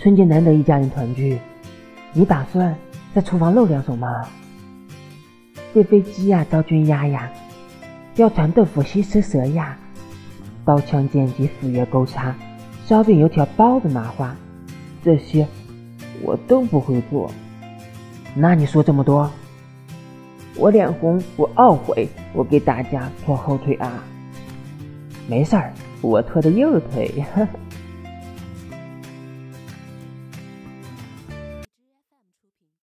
春节难得一家人团聚，你打算在厨房露两手吗？对飞机呀，刀君鸭呀，貂蝉豆腐西施蛇呀，刀枪剑戟斧钺钩叉，烧饼油条包子麻花，这些我都不会做。那你说这么多？我脸红，我懊悔，我给大家拖后腿啊。没事儿，我拖的右腿。呵呵